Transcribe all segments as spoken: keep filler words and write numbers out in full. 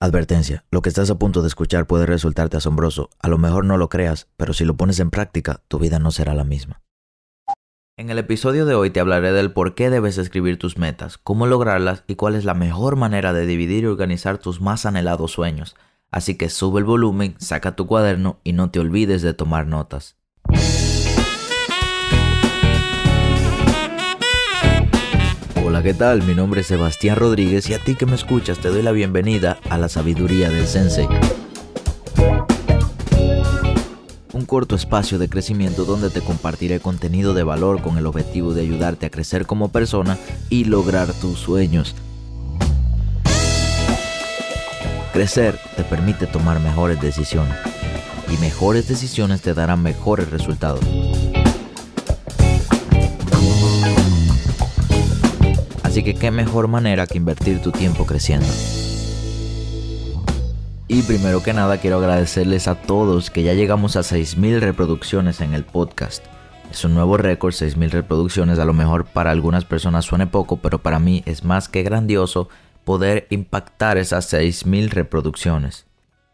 Advertencia, lo que estás a punto de escuchar puede resultarte asombroso. A lo mejor no lo creas, pero si lo pones en práctica, tu vida no será la misma. En el episodio de hoy te hablaré del por qué debes escribir tus metas, cómo lograrlas y cuál es la mejor manera de dividir y organizar tus más anhelados sueños. Así que sube el volumen, saca tu cuaderno y no te olvides de tomar notas. Hola, ¿qué tal? Mi nombre es Sebastián Rodríguez y a ti que me escuchas te doy la bienvenida a la sabiduría del Sensei. Un corto espacio de crecimiento donde te compartiré contenido de valor con el objetivo de ayudarte a crecer como persona y lograr tus sueños. Crecer te permite tomar mejores decisiones y mejores decisiones te darán mejores resultados. Así que qué mejor manera que invertir tu tiempo creciendo. Y primero que nada quiero agradecerles a todos que ya llegamos a seis mil reproducciones en el podcast. Es un nuevo récord, seis mil reproducciones. A lo mejor para algunas personas suene poco, pero para mí es más que grandioso poder impactar esas seis mil reproducciones.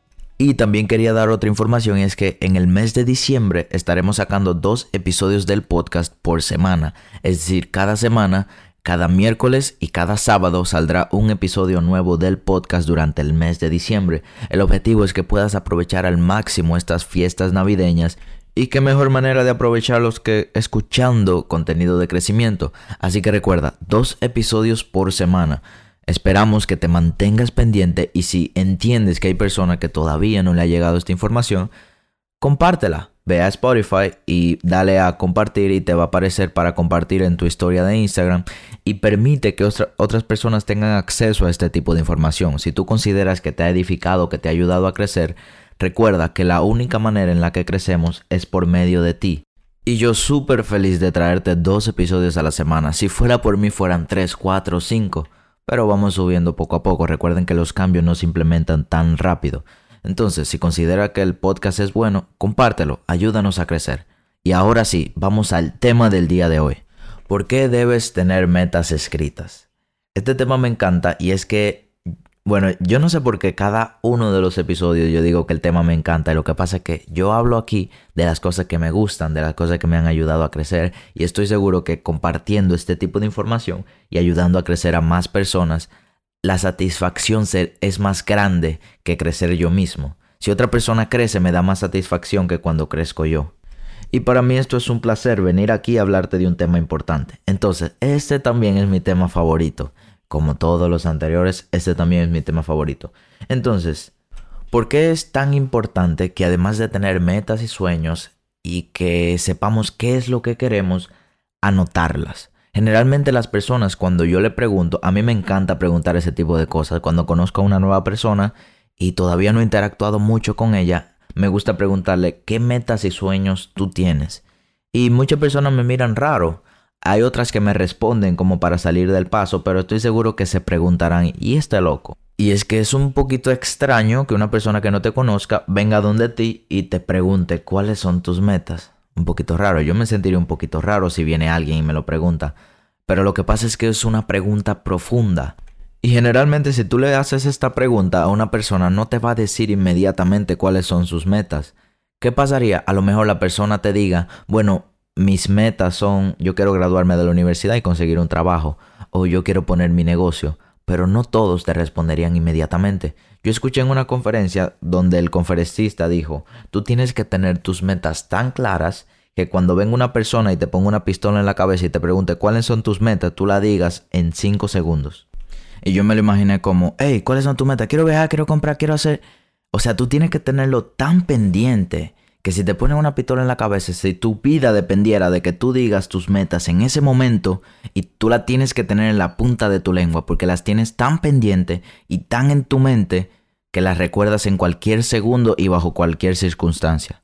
Y también quería dar otra información, y es que en el mes de diciembre estaremos sacando dos episodios del podcast por semana. Es decir, cada semana, cada miércoles y cada sábado saldrá un episodio nuevo del podcast durante el mes de diciembre. El objetivo es que puedas aprovechar al máximo estas fiestas navideñas. Y qué mejor manera de aprovecharlos que escuchando contenido de crecimiento. Así que recuerda, dos episodios por semana. Esperamos que te mantengas pendiente y si entiendes que hay personas que todavía no le ha llegado esta información, compártela. Ve a Spotify y dale a compartir y te va a aparecer para compartir en tu historia de Instagram y permite que otra, otras personas tengan acceso a este tipo de información. Si tú consideras que te ha edificado, que te ha ayudado a crecer, recuerda que la única manera en la que crecemos es por medio de ti. Y yo súper feliz de traerte dos episodios a la semana. Si fuera por mí fueran tres, cuatro, cinco. Pero vamos subiendo poco a poco. Recuerden que los cambios no se implementan tan rápido. Entonces, si considera que el podcast es bueno, compártelo, ayúdanos a crecer. Y ahora sí, vamos al tema del día de hoy. ¿Por qué debes tener metas escritas? Este tema me encanta y es que, bueno, yo no sé por qué cada uno de los episodios yo digo que el tema me encanta. Y lo que pasa es que yo hablo aquí de las cosas que me gustan, de las cosas que me han ayudado a crecer. Y estoy seguro que compartiendo este tipo de información y ayudando a crecer a más personas, la satisfacción es más grande que crecer yo mismo. Si otra persona crece, me da más satisfacción que cuando crezco yo. Y para mí esto es un placer, venir aquí a hablarte de un tema importante. Entonces, este también es mi tema favorito. Como todos los anteriores, este también es mi tema favorito. Entonces, ¿por qué es tan importante que además de tener metas y sueños y que sepamos qué es lo que queremos, anotarlas? Generalmente las personas, cuando yo le pregunto, a mí me encanta preguntar ese tipo de cosas. Cuando conozco a una nueva persona y todavía no he interactuado mucho con ella, me gusta preguntarle qué metas y sueños tú tienes. Y muchas personas me miran raro. Hay otras que me responden como para salir del paso, pero estoy seguro que se preguntarán, ¿y este loco? Y es que es un poquito extraño que una persona que no te conozca venga donde ti y te pregunte cuáles son tus metas. Un poquito raro, yo me sentiría un poquito raro si viene alguien y me lo pregunta. Pero lo que pasa es que es una pregunta profunda. Y generalmente si tú le haces esta pregunta a una persona no te va a decir inmediatamente cuáles son sus metas. ¿Qué pasaría? A lo mejor la persona te diga, bueno, mis metas son, yo quiero graduarme de la universidad y conseguir un trabajo. O yo quiero poner mi negocio. Pero no todos te responderían inmediatamente. Yo escuché en una conferencia donde el conferencista dijo, tú tienes que tener tus metas tan claras que cuando venga una persona y te ponga una pistola en la cabeza y te pregunte cuáles son tus metas, tú la digas en cinco segundos. Y yo me lo imaginé como, hey, ¿cuáles son tus metas? Quiero viajar, quiero comprar, quiero hacer... O sea, tú tienes que tenerlo tan pendiente que si te ponen una pistola en la cabeza, si tu vida dependiera de que tú digas tus metas en ese momento y tú la tienes que tener en la punta de tu lengua porque las tienes tan pendiente y tan en tu mente que las recuerdas en cualquier segundo y bajo cualquier circunstancia.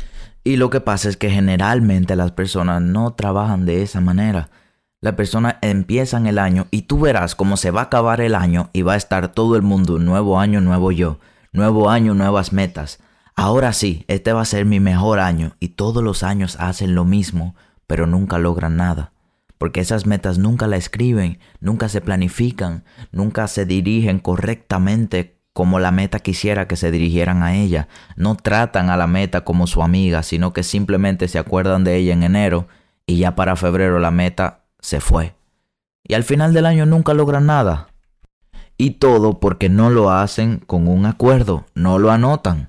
Y lo que pasa es que generalmente las personas no trabajan de esa manera. Las personas empiezan el año y tú verás cómo se va a acabar el año y va a estar todo el mundo, nuevo año, nuevo yo, nuevo año, nuevas metas. Ahora sí, este va a ser mi mejor año y todos los años hacen lo mismo, pero nunca logran nada. Porque esas metas nunca la escriben, nunca se planifican, nunca se dirigen correctamente como la meta quisiera que se dirigieran a ella. No tratan a la meta como su amiga, sino que simplemente se acuerdan de ella en enero y ya para febrero la meta se fue. Y al final del año nunca logran nada. Y todo porque no lo hacen con un acuerdo, no lo anotan.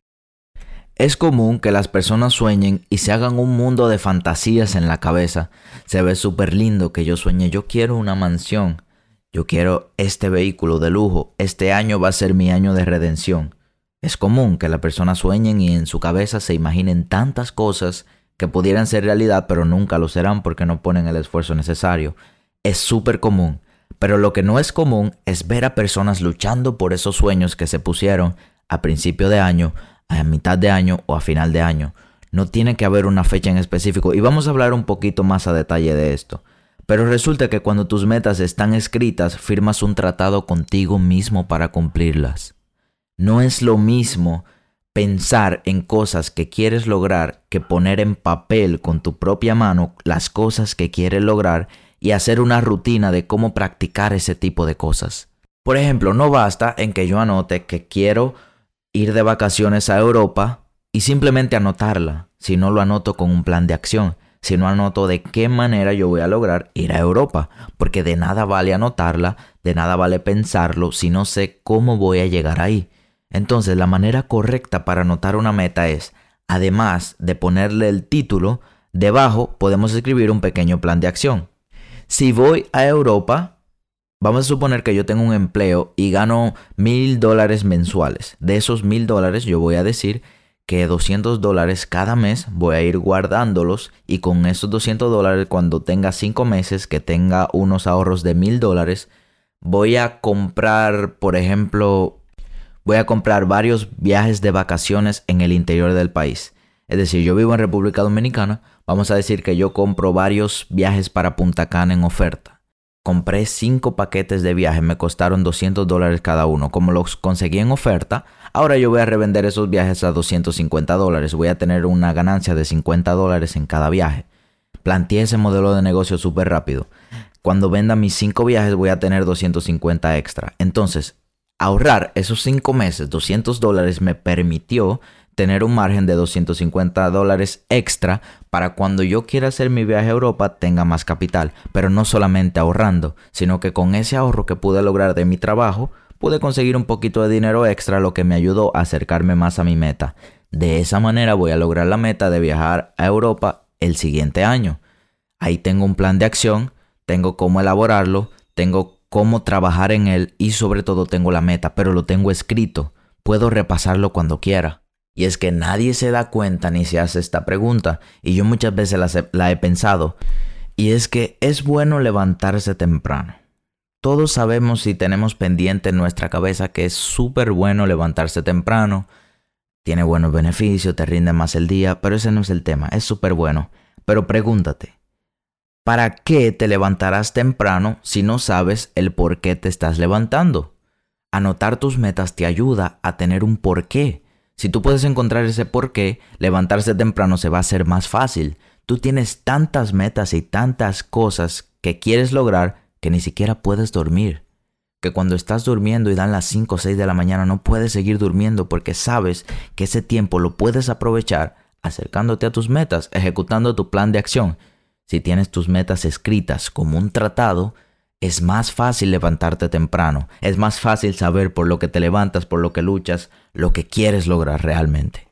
Es común que las personas sueñen y se hagan un mundo de fantasías en la cabeza. Se ve súper lindo que yo sueñe, yo quiero una mansión, yo quiero este vehículo de lujo, este año va a ser mi año de redención. Es común que las personas sueñen y en su cabeza se imaginen tantas cosas que pudieran ser realidad, pero nunca lo serán porque no ponen el esfuerzo necesario. Es súper común, pero lo que no es común es ver a personas luchando por esos sueños que se pusieron a principio de año, a mitad de año o a final de año. No tiene que haber una fecha en específico y vamos a hablar un poquito más a detalle de esto. Pero resulta que cuando tus metas están escritas, firmas un tratado contigo mismo para cumplirlas. No es lo mismo pensar en cosas que quieres lograr que poner en papel con tu propia mano las cosas que quieres lograr y hacer una rutina de cómo practicar ese tipo de cosas. Por ejemplo, no basta en que yo anote que quiero ir de vacaciones a Europa y simplemente anotarla, si no lo anoto con un plan de acción, si no anoto de qué manera yo voy a lograr ir a Europa, porque de nada vale anotarla, de nada vale pensarlo si no sé cómo voy a llegar ahí. Entonces la manera correcta para anotar una meta es, además de ponerle el título, debajo podemos escribir un pequeño plan de acción. Si voy a Europa, vamos a suponer que yo tengo un empleo y gano mil dólares mensuales. De esos mil dólares yo voy a decir que doscientos dólares cada mes voy a ir guardándolos y con esos doscientos dólares cuando tenga cinco meses que tenga unos ahorros de mil dólares voy a comprar, por ejemplo, voy a comprar varios viajes de vacaciones en el interior del país. Es decir, yo vivo en República Dominicana, vamos a decir que yo compro varios viajes para Punta Cana en oferta. Compré cinco paquetes de viaje, me costaron doscientos dólares cada uno. Como los conseguí en oferta, ahora yo voy a revender esos viajes a doscientos cincuenta dólares. Voy a tener una ganancia de cincuenta dólares en cada viaje. Planteé ese modelo de negocio súper rápido. Cuando venda mis cinco viajes voy a tener doscientos cincuenta extra. Entonces, ahorrar esos cinco meses, doscientos dólares, me permitió tener un margen de doscientos cincuenta dólares extra para cuando yo quiera hacer mi viaje a Europa tenga más capital, pero no solamente ahorrando, sino que con ese ahorro que pude lograr de mi trabajo, pude conseguir un poquito de dinero extra, lo que me ayudó a acercarme más a mi meta. De esa manera voy a lograr la meta de viajar a Europa el siguiente año. Ahí tengo un plan de acción, tengo cómo elaborarlo, tengo cómo trabajar en él y sobre todo tengo la meta, pero lo tengo escrito. Puedo repasarlo cuando quiera. Y es que nadie se da cuenta ni se hace esta pregunta, y yo muchas veces la, la he pensado, y es que es bueno levantarse temprano. Todos sabemos y tenemos pendiente en nuestra cabeza que es súper bueno levantarse temprano, tiene buenos beneficios, te rinde más el día, pero ese no es el tema, es súper bueno. Pero pregúntate, ¿para qué te levantarás temprano si no sabes el por qué te estás levantando? Anotar tus metas te ayuda a tener un porqué. Si tú puedes encontrar ese porqué, levantarse temprano se va a hacer más fácil. Tú tienes tantas metas y tantas cosas que quieres lograr que ni siquiera puedes dormir. Que cuando estás durmiendo y dan las cinco o seis de la mañana no puedes seguir durmiendo porque sabes que ese tiempo lo puedes aprovechar acercándote a tus metas, ejecutando tu plan de acción. Si tienes tus metas escritas como un tratado, es más fácil levantarte temprano. Es más fácil saber por lo que te levantas, por lo que luchas, lo que quieres lograr realmente.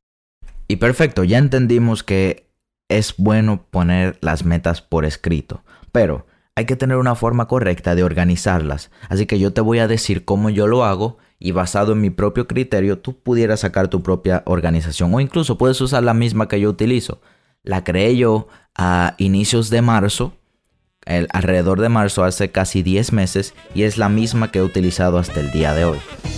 Y perfecto, ya entendimos que es bueno poner las metas por escrito, pero hay que tener una forma correcta de organizarlas. Así que yo te voy a decir cómo yo lo hago y basado en mi propio criterio, tú pudieras sacar tu propia organización o incluso puedes usar la misma que yo utilizo. La creé yo a inicios de marzo. El, alrededor de marzo, hace casi diez meses, y es la misma que he utilizado hasta el día de hoy.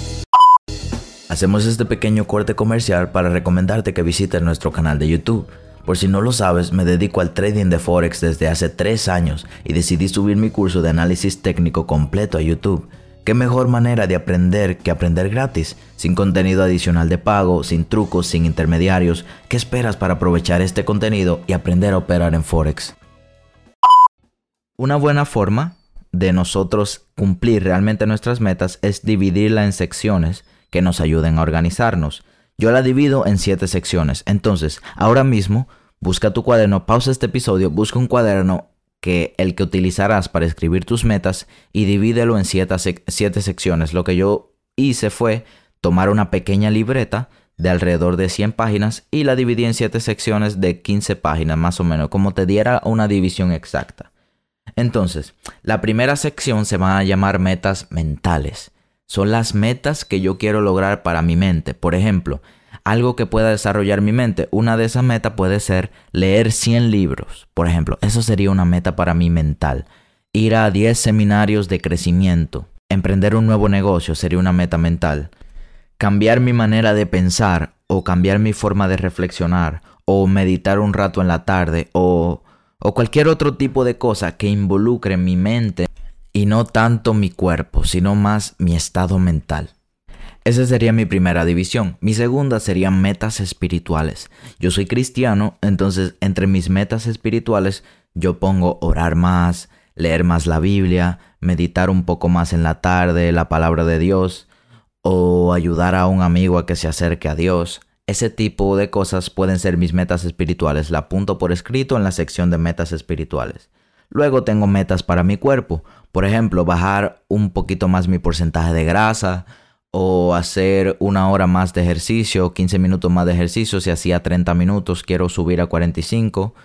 Hacemos este pequeño corte comercial para recomendarte que visites nuestro canal de YouTube. Por si no lo sabes, me dedico al trading de Forex desde hace tres años y decidí subir mi curso de análisis técnico completo a YouTube. ¿Qué mejor manera de aprender que aprender gratis? Sin contenido adicional de pago, sin trucos, sin intermediarios. ¿Qué esperas para aprovechar este contenido y aprender a operar en Forex? Una buena forma de nosotros cumplir realmente nuestras metas es dividirla en secciones que nos ayuden a organizarnos. Yo la divido en siete secciones. Entonces, ahora mismo, busca tu cuaderno, pausa este episodio, busca un cuaderno que el que utilizarás para escribir tus metas y divídelo en siete, sec- siete secciones. Lo que yo hice fue tomar una pequeña libreta de alrededor de cien páginas y la dividí en siete secciones de quince páginas más o menos, como te diera una división exacta. Entonces, la primera sección se va a llamar metas mentales. Son las metas que yo quiero lograr para mi mente. Por ejemplo, algo que pueda desarrollar mi mente. Una de esas metas puede ser leer cien libros. Por ejemplo, eso sería una meta para mí mental. Ir a diez seminarios de crecimiento. Emprender un nuevo negocio sería una meta mental. Cambiar mi manera de pensar o cambiar mi forma de reflexionar o meditar un rato en la tarde o, o cualquier otro tipo de cosa que involucre mi mente y no tanto mi cuerpo, sino más mi estado mental. Esa sería mi primera división. Mi segunda serían metas espirituales. Yo soy cristiano, entonces entre mis metas espirituales yo pongo orar más, leer más la Biblia, meditar un poco más en la tarde, la palabra de Dios, o ayudar a un amigo a que se acerque a Dios. Ese tipo de cosas pueden ser mis metas espirituales. La apunto por escrito en la sección de metas espirituales. Luego tengo metas para mi cuerpo. Por ejemplo, bajar un poquito más mi porcentaje de grasa o hacer una hora más de ejercicio, quince minutos más de ejercicio. Si hacía treinta minutos, quiero subir a cuarenta y cinco.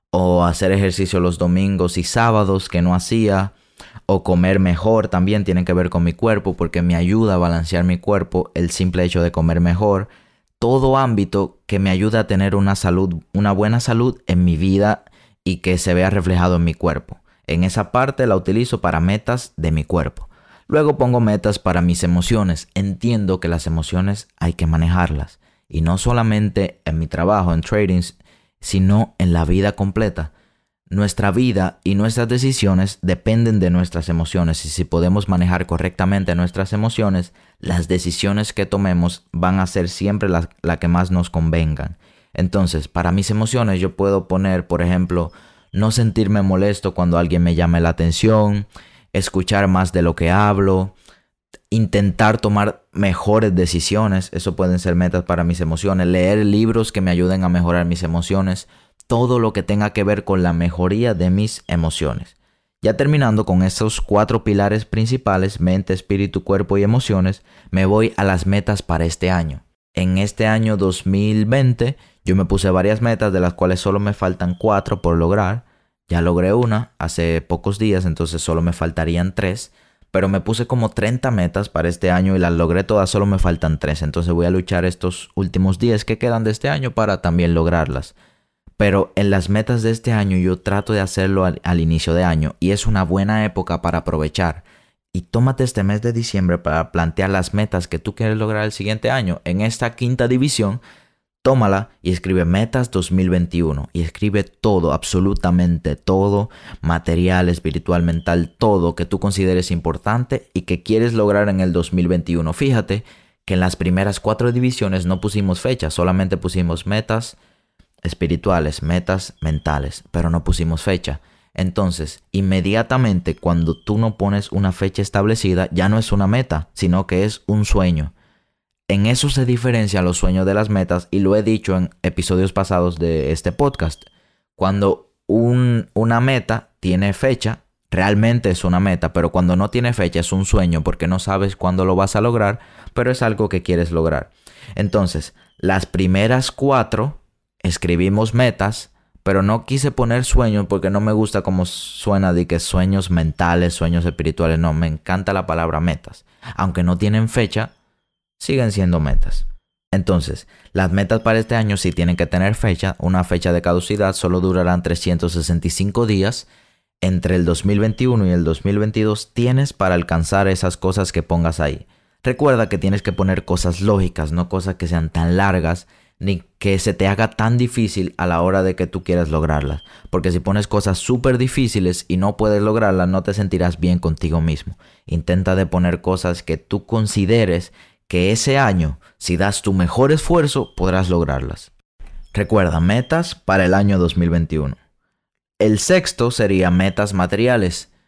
O hacer ejercicio los domingos y sábados que no hacía. O comer mejor también tiene que ver con mi cuerpo porque me ayuda a balancear mi cuerpo el simple hecho de comer mejor. Todo ámbito que me ayuda a tener una salud, una buena salud en mi vida y que se vea reflejado en mi cuerpo. En esa parte la utilizo para metas de mi cuerpo. Luego pongo metas para mis emociones. Entiendo que las emociones hay que manejarlas. Y no solamente en mi trabajo, en trading, sino en la vida completa. Nuestra vida y nuestras decisiones dependen de nuestras emociones. Y si podemos manejar correctamente nuestras emociones, las decisiones que tomemos van a ser siempre las la que más nos convengan. Entonces, para mis emociones yo puedo poner, por ejemplo, no sentirme molesto cuando alguien me llame la atención, escuchar más de lo que hablo, intentar tomar mejores decisiones. Eso pueden ser metas para mis emociones. Leer libros que me ayuden a mejorar mis emociones. Todo lo que tenga que ver con la mejoría de mis emociones. Ya terminando con estos cuatro pilares principales, mente, espíritu, cuerpo y emociones, me voy a las metas para este año. En este año dos mil veinte yo me puse varias metas de las cuales solo me faltan cuatro por lograr. Ya logré una hace pocos días, entonces solo me faltarían tres. Pero me puse como treinta metas para este año y las logré todas, solo me faltan tres. Entonces voy a luchar estos últimos diez que quedan de este año para también lograrlas. Pero en las metas de este año yo trato de hacerlo al, al inicio de año y es una buena época para aprovechar. Y tómate este mes de diciembre para plantear las metas que tú quieres lograr el siguiente año. En esta quinta división, tómala y escribe metas dos mil veintiuno. Y escribe todo, absolutamente todo, material, espiritual, mental, todo que tú consideres importante y que quieres lograr en el dos mil veintiuno. Fíjate que en las primeras cuatro divisiones no pusimos fecha, solamente pusimos metas espirituales, metas mentales, pero no pusimos fecha. Entonces, inmediatamente cuando tú no pones una fecha establecida, ya no es una meta, sino que es un sueño. En eso se diferencian los sueños de las metas y lo he dicho en episodios pasados de este podcast. Cuando un, una meta tiene fecha, realmente es una meta, pero cuando no tiene fecha es un sueño porque no sabes cuándo lo vas a lograr, pero es algo que quieres lograr. Entonces, las primeras cuatro escribimos metas, pero no quise poner sueños porque no me gusta cómo suena de que sueños mentales, sueños espirituales. No, me encanta la palabra metas. Aunque no tienen fecha, siguen siendo metas. Entonces, las metas para este año sí tienen que tener fecha. Una fecha de caducidad, solo durarán trescientos sesenta y cinco días. Entre el dos mil veintiuno y el dos mil veintidós tienes para alcanzar esas cosas que pongas ahí. Recuerda que tienes que poner cosas lógicas, no cosas que sean tan largas ni que se te haga tan difícil a la hora de que tú quieras lograrlas. Porque si pones cosas súper difíciles y no puedes lograrlas, no te sentirás bien contigo mismo. Intenta de poner cosas que tú consideres que ese año, si das tu mejor esfuerzo, podrás lograrlas. Recuerda, metas para el año dos mil veintiuno. El sexto sería metas materiales.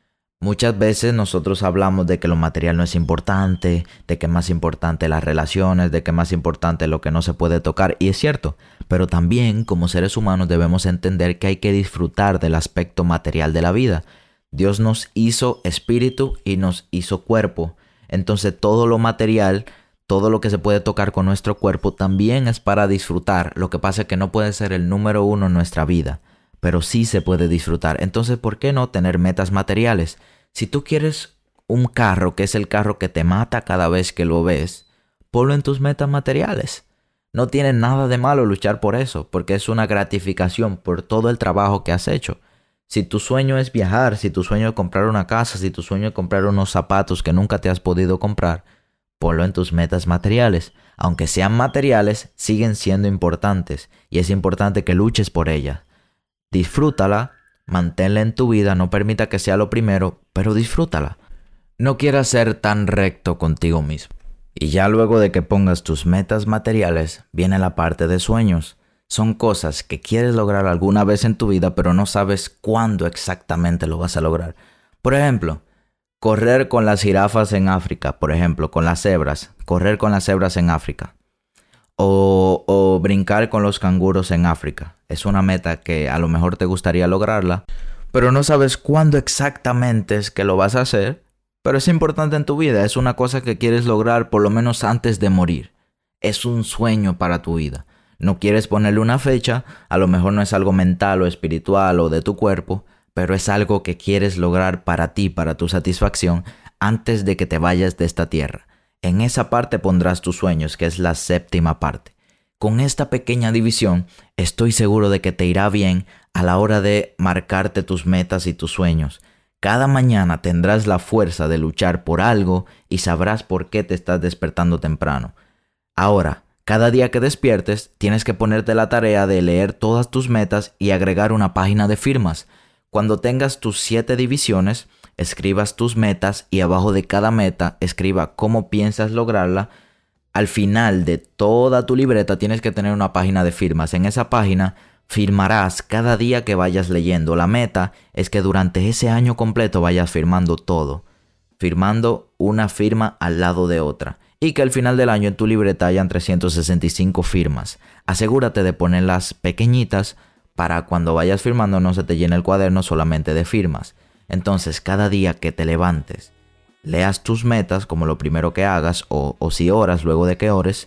Muchas veces nosotros hablamos de que lo material no es importante, de que es más importante las relaciones, de que es más importante lo que no se puede tocar, y es cierto, pero también como seres humanos debemos entender que hay que disfrutar del aspecto material de la vida. Dios nos hizo espíritu y nos hizo cuerpo, entonces todo lo material, todo lo que se puede tocar con nuestro cuerpo también es para disfrutar. Lo que pasa es que no puede ser el número uno en nuestra vida, pero sí se puede disfrutar. Entonces, ¿por qué no tener metas materiales? Si tú quieres un carro que es el carro que te mata cada vez que lo ves, ponlo en tus metas materiales. No tiene nada de malo luchar por eso, porque es una gratificación por todo el trabajo que has hecho. Si tu sueño es viajar, si tu sueño es comprar una casa, si tu sueño es comprar unos zapatos que nunca te has podido comprar, ponlo en tus metas materiales. Aunque sean materiales, siguen siendo importantes y es importante que luches por ellas. Disfrútala, manténla en tu vida, no permita que sea lo primero, pero disfrútala. No quieras ser tan recto contigo mismo. Y ya luego de que pongas tus metas materiales, viene la parte de sueños. Son cosas que quieres lograr alguna vez en tu vida, pero no sabes cuándo exactamente lo vas a lograr. Por ejemplo, correr con las jirafas en África, por ejemplo, con las cebras. Correr con las cebras en África. O, o brincar con los canguros en África. Es una meta que a lo mejor te gustaría lograrla, pero no sabes cuándo exactamente es que lo vas a hacer. Pero es importante en tu vida, es una cosa que quieres lograr por lo menos antes de morir. Es un sueño para tu vida. No quieres ponerle una fecha, a lo mejor no es algo mental o espiritual o de tu cuerpo, pero es algo que quieres lograr para ti, para tu satisfacción, antes de que te vayas de esta tierra. En esa parte pondrás tus sueños, que es la séptima parte. Con esta pequeña división, estoy seguro de que te irá bien a la hora de marcarte tus metas y tus sueños. Cada mañana tendrás la fuerza de luchar por algo y sabrás por qué te estás despertando temprano. Ahora, cada día que despiertes, tienes que ponerte la tarea de leer todas tus metas y agregar una página de firmas. Cuando tengas tus siete divisiones, escribas tus metas y abajo de cada meta escriba cómo piensas lograrla. Al final de toda tu libreta tienes que tener una página de firmas. En esa página firmarás cada día que vayas leyendo. La meta es que durante ese año completo vayas firmando todo. Firmando una firma al lado de otra. Y que al final del año en tu libreta hayan trescientas sesenta y cinco firmas. Asegúrate de ponerlas pequeñitas para cuando vayas firmando no se te llene el cuaderno solamente de firmas. Entonces cada día que te levantes, leas tus metas como lo primero que hagas o, o si oras luego de que ores,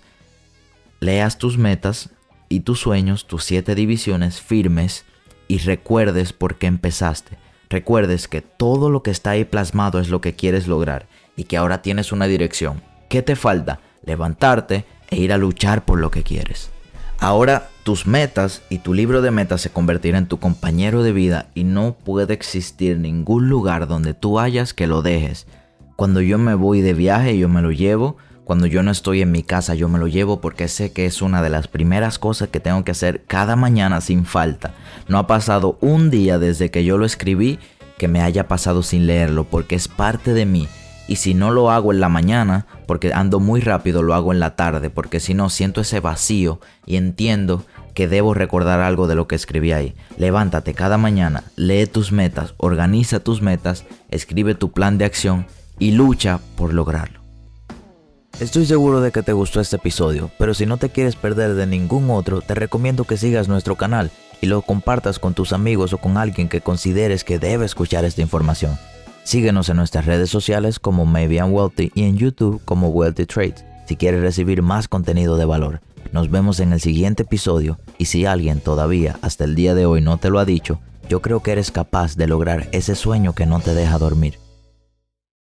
leas tus metas y tus sueños, tus siete divisiones firmes y recuerdes por qué empezaste. Recuerdes que todo lo que está ahí plasmado es lo que quieres lograr y que ahora tienes una dirección. ¿Qué te falta? Levantarte e ir a luchar por lo que quieres. Ahora tus metas y tu libro de metas se convertirá en tu compañero de vida y no puede existir ningún lugar donde tú vayas que lo dejes. Cuando yo me voy de viaje yo me lo llevo. Cuando yo no estoy en mi casa yo me lo llevo porque sé que es una de las primeras cosas que tengo que hacer cada mañana sin falta. No ha pasado un día desde que yo lo escribí que me haya pasado sin leerlo porque es parte de mí. Y si no lo hago en la mañana, porque ando muy rápido, lo hago en la tarde, porque si no siento ese vacío y entiendo que debo recordar algo de lo que escribí ahí. Levántate cada mañana, lee tus metas, organiza tus metas, escribe tu plan de acción y lucha por lograrlo. Estoy seguro de que te gustó este episodio, pero si no te quieres perder de ningún otro, te recomiendo que sigas nuestro canal y lo compartas con tus amigos o con alguien que consideres que debe escuchar esta información. Síguenos en nuestras redes sociales como Maybe I'm Wealthy y en YouTube como Wealthy Trades si quieres recibir más contenido de valor. Nos vemos en el siguiente episodio y si alguien todavía hasta el día de hoy no te lo ha dicho, yo creo que eres capaz de lograr ese sueño que no te deja dormir.